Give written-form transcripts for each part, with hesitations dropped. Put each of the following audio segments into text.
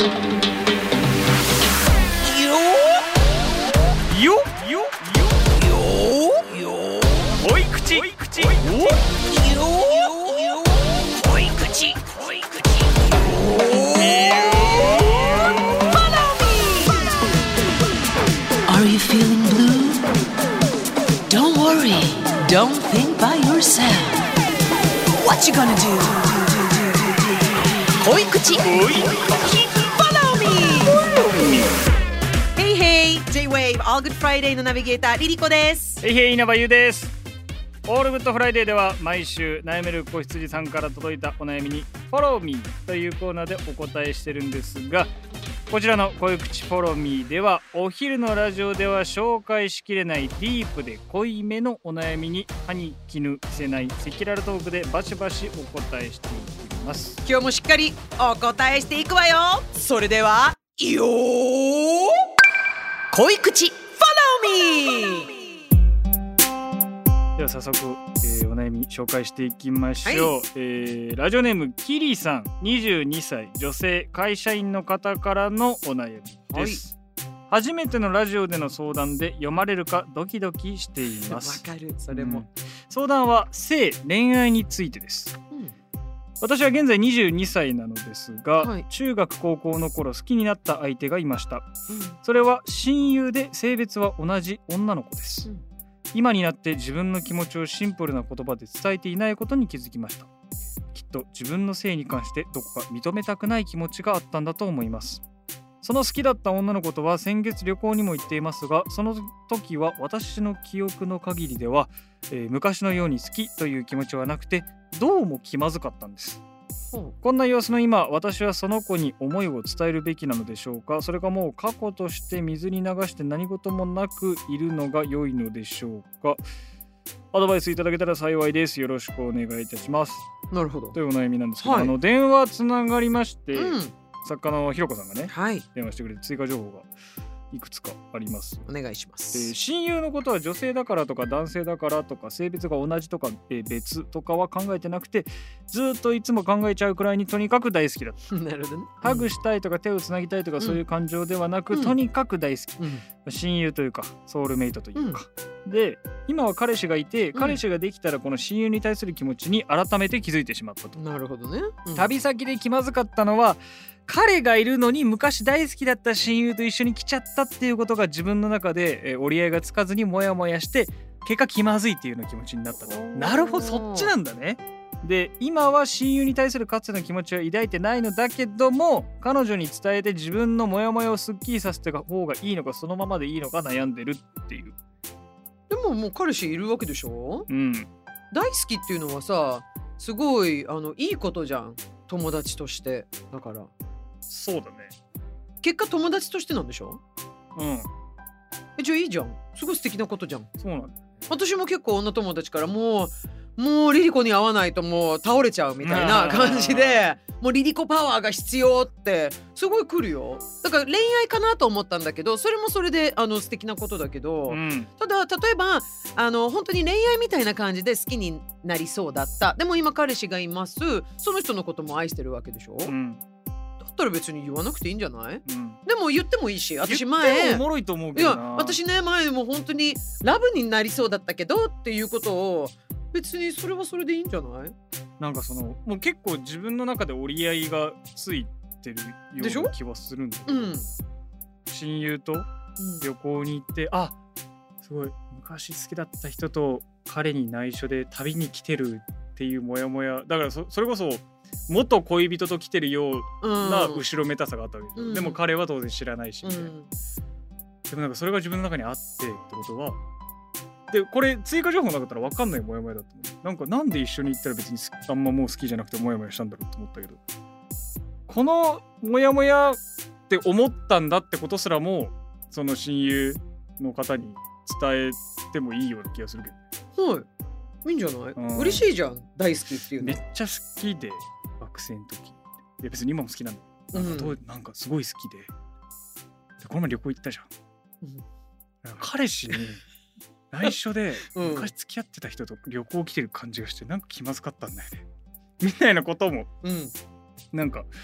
濃い口。 Are you feeling blue? Don't worry. Don't think by yourself. What you gonna do? 濃い口 Follow me. Hey hey, J-Wave All Good Friday のナビゲーターリリコです。 へいへい稲葉優です。オールグッドフライデーでは毎週悩める子羊さんから届いたお悩みに Follow me というコーナーでお答えしてるんですが、こちらの濃い口 Follow me ではお昼のラジオでは紹介しきれないディープで濃いめのお悩みに歯に衣着せない赤裸々トークでバシバシお答えしていきます。 今日もしっかりお答えしていくわよ。それではよー濃い口 Follow me。 では早速、お悩み紹介していきましょう、 はラジオネームキリさん、22歳女性会社員の方からのお悩みです、初めてのラジオでの相談で読まれるかドキドキしています。 わかる、それも、 相談は性恋愛についてです、私は現在22歳なのですが、中学高校の頃好きになった相手がいました、それは親友で性別は同じ女の子です、今になって自分の気持ちをシンプルな言葉で伝えていないことに気づきました。きっと自分の性に関してどこか認めたくない気持ちがあったんだと思います。その好きだった女の子とは先月旅行にも行っていますが、その時は私の記憶の限りでは、昔のように好きという気持ちはなくて、どうも気まずかったんです。こんな様子の今、私はその子に思いを伝えるべきなのでしょうか、それかもう過去として水に流して何事もなくいるのが良いのでしょうか。アドバイスいただけたら幸いです。よろしくお願いいたします。 なるほど。 というお悩みなんですけど、電話つながりまして、作家のひろこさんがね、電話してくれて追加情報がいくつかあります。 お願いします。 親友のことは女性だからとか男性だからとか性別が同じとか、別とかは考えてなくて、ずっといつも考えちゃうくらいにとにかく大好きだった。 なるほどね。 ハグしたいとか手をつなぎたいとかそういう感情ではなく、とにかく大好き、親友というかソウルメイトというか、で今は彼氏がいて、彼氏ができたらこの親友に対する気持ちに改めて気づいてしまったと。 なるほどね、 旅先で気まずかったのは、彼がいるのに昔大好きだった親友と一緒に来ちゃったっていうことが自分の中で、折り合いがつかずにモヤモヤして結果気まずいっていうような気持ちになったと。なるほど、そっちなんだね。で今は親友に対するかつての気持ちは抱いてないのだけども、彼女に伝えて自分のモヤモヤをすっきりさせた方がいいのか、そのままでいいのか悩んでるっていう。 でももう彼氏いるわけでしょ、大好きっていうのはさ、すごいいいことじゃん、友達として。だからそうだね、 結果友達としてなんでしょ。じゃあいいじゃん、すごい素敵なことじゃん。 そうなんだ。 私も結構女友達からもうリリコに会わないともう倒れちゃうみたいな感じで、もうリリコパワーが必要ってすごい来るよ。だから恋愛かなと思ったんだけど、それもそれで素敵なことだけど、ただ例えば本当に恋愛みたいな感じで好きになりそうだった、でも今彼氏がいます、その人のことも愛してるわけでしょ、だったら別に言わなくていいんじゃない、でも言ってもいいし、私前言ってもおもろいと思うけどな。 いや私ね、前も本当にラブになりそうだったけどっていうことを、別にそれはそれでいいんじゃない。 なんかもう結構自分の中で折り合いがついてるような気はするんだけど、親友と旅行に行って、すごい昔好きだった人と彼に内緒で旅に来てるっていうモヤモヤだから、それこそ元恋人と来てるような後ろめたさがあったわけで、でも彼は当然知らないしみたいな、でもなんかそれが自分の中にあってってことは、でこれ追加情報なかったら分かんないモヤモヤだったの。なんで一緒に行ったら別にあんまもう好きじゃなくてモヤモヤしたんだろうと思ったけど、このモヤモヤって思ったんだってことすらもその親友の方に伝えてもいいような気がするけど。 いいんじゃない、嬉しいじゃん、大好きっていうの。 めっちゃ好きで学生の時、いや別に今も好きなんだ、なんかすごい好きでこの前旅行行ったじゃん、彼氏に内緒で昔付き合ってた人と旅行来てる感じがして、なんか気まずかったんだよねみたいなことも、なんか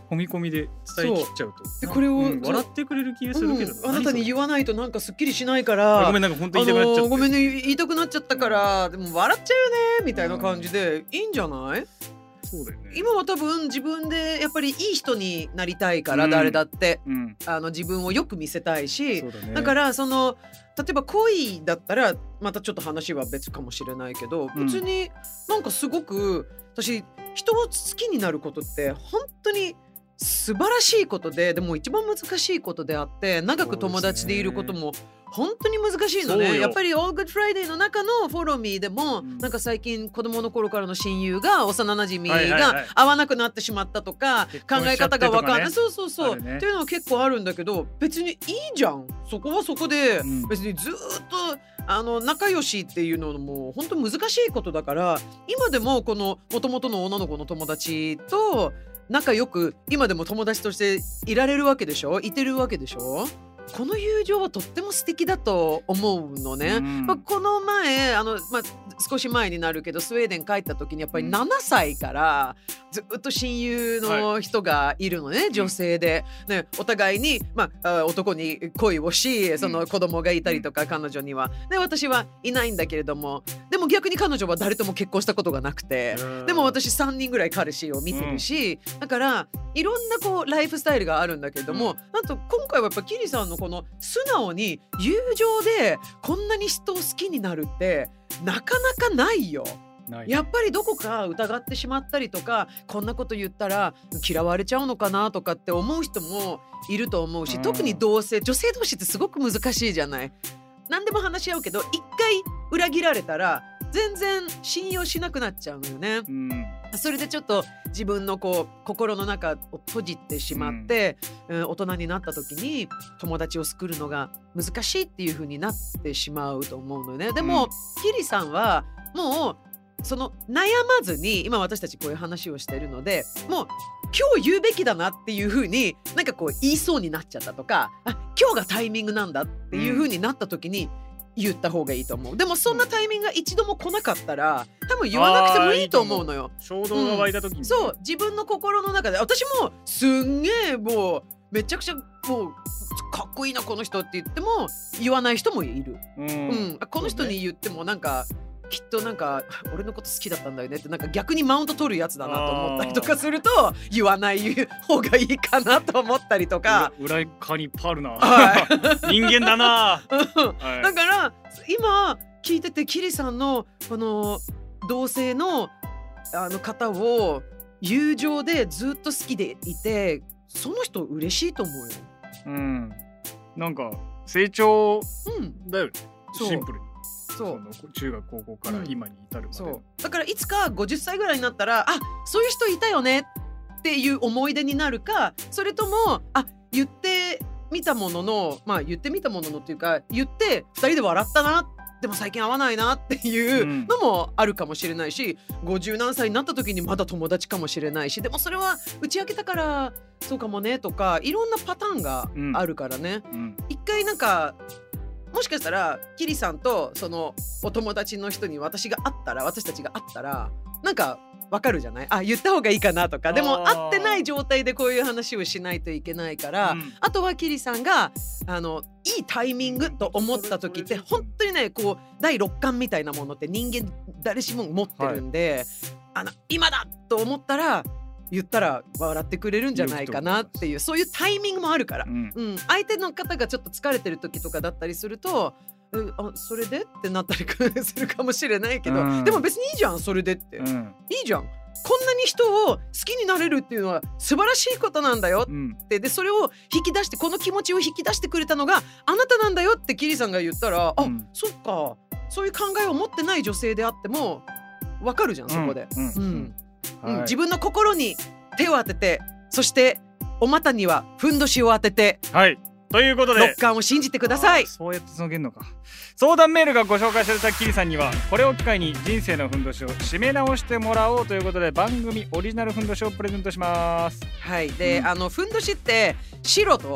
込み込みで伝え切っちゃうとでこれを、 笑ってくれる気がするけど、 あなたに言わないとなんかすっきりしないからごめんなんか本当に言いたくなっちゃって、 ごめんね言いたくなっちゃったからでも笑っちゃうよねみたいな感じでいいんじゃない？ そうだよね。 今は多分自分でやっぱりいい人になりたいから、誰だって、自分をよく見せたいし、だからその例えば恋だったらまたちょっと話は別かもしれないけど、別になんかすごく私人を好きになることって本当に素晴らしいことで、でも一番難しいことであって、長く友達でいることも本当に難しいのね。やっぱり All Good Friday の中の Follow Me でも、なんか最近子供の頃からの親友が幼なじみが会わなくなってしまったとか、考え方が分かんない、そうそうそう、っていうのは結構あるんだけど、別にいいじゃん、そこはそこで、別にずっと仲良しっていうのも本当難しいことだから、今でもこの元々の女の子の友達と仲良く今でも友達としていられるわけでしょ、いてるわけでしょ。この友情はとっても素敵だと思うのね。この前少し前になるけどスウェーデン帰った時にやっぱり7歳からずっと親友の人がいるのね、女性で、ね、お互いに、男に恋をし、その子供がいたりとか、彼女にはで私はいないんだけれども、でも逆に彼女は誰とも結婚したことがなくて、でも私3人ぐらい彼氏を見てるし、だからいろんなこうライフスタイルがあるんだけれども、なんと今回はやっぱキリさんのこの素直に友情でこんなに人を好きになるってなかなかないよ。やっぱりどこか疑ってしまったりとか、こんなこと言ったら嫌われちゃうのかなとかって思う人もいると思うし、特に女性同士ってすごく難しいじゃない。何でも話し合うけど一回裏切られたら全然信用しなくなっちゃうのよね。それでちょっと自分のこう心の中を閉じてしまって、大人になった時に友達を作るのが難しいっていう風になってしまうと思うのよね。でも、キリさんはもうその悩まずに、今私たちこういう話をしているので、もう今日言うべきだなっていう風になんかこう言いそうになっちゃったとか、今日がタイミングなんだっていう風になった時に言った方がいいと思う。でもそんなタイミングが一度も来なかったら多分言わなくてもいいと思うのよ。 衝動が湧いた時に、 そう、自分の心の中で、私もすんげえもうめちゃくちゃもうかっこいいなこの人って言っても言わない人もいる。この人に言ってもなんかきっとなんか俺のこと好きだったんだよねって、なんか逆にマウント取るやつだなと思ったりとかすると言わない方がいいかなと思ったりとか。 裏側にいっぱいあるな、人間だな、 だから今聞いてて、キリさんのこの同性の方を友情でずっと好きでいて、その人嬉しいと思うよ。 なんか成長だよね、シンプルに。そう中学高校から今に至るまで、 だからいつか50歳ぐらいになったら、そういう人いたよねっていう思い出になるか、それとも言ってみたものの、言ってみたもののっていうか、言って2人で笑ったな、でも最近会わないなっていうのもあるかもしれないし、50何歳になった時にまだ友達かもしれないし、でもそれは打ち明けたからそうかもねとか、いろんなパターンがあるからね。一回なんかもしかしたらキリさんとそのお友達の人に私たちが会ったらなんかわかるじゃない、言った方がいいかなとか。でも会ってない状態でこういう話をしないといけないから、あとはキリさんがいいタイミングと思った時って本当にね、こう第六感みたいなものって人間誰しも持ってるんで、今だと思ったら言ったら笑ってくれるんじゃないかなっていう、そういうタイミングもあるから、相手の方がちょっと疲れてる時とかだったりすると、それでってなったりするかもしれないけど、でも別にいいじゃん、それでって、いいじゃん、こんなに人を好きになれるっていうのは素晴らしいことなんだよって、でそれを引き出して、この気持ちを引き出してくれたのがあなたなんだよってキリさんが言ったら、そっか、そういう考えを持ってない女性であってもわかるじゃん、そこで。自分の心に手を当てて、そしてお股にはふんどしを当てて、 ということで六感を信じてください。 そうやってつなげるのか。相談メールがご紹介されたキリさんには、これを機会に人生のふんどしを締め直してもらおうということで、番組オリジナルふんどしをプレゼントします。 で、ふんどしって白と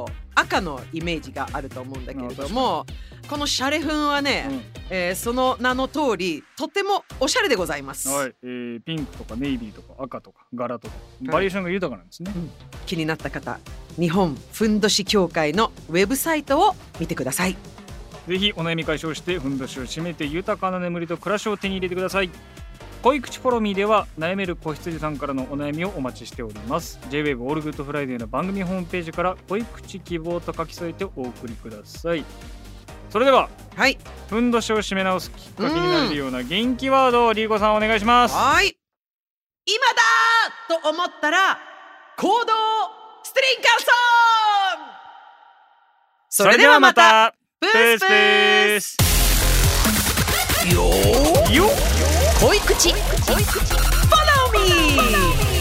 赤のイメージがあると思うんだけれども、このシャレ粉はね、その名の通りとてもおしゃれでございます。 はい、ピンクとかネイビーとか赤とか柄とかバリエーションが豊かなんですね。 気になった方、日本ふんどし協会のウェブサイトを見てください。 ぜひお悩み解消してふんどしを締めて豊かな眠りと暮らしを手に入れてください。恋口フォロミーでは悩める子羊さんからのお悩みをお待ちしております。 J-WAVE オールグッドフライデーの番組ホームページから恋口希望と書き添えてお送りください。それでは、はい、ふんどしを締め直すきっかけになれるような元気ワードをリーコさんお願いします。 はい、今だと思ったら行動ストリンカーソン。 それではまた。 プースプースよーよ恋口 Follow me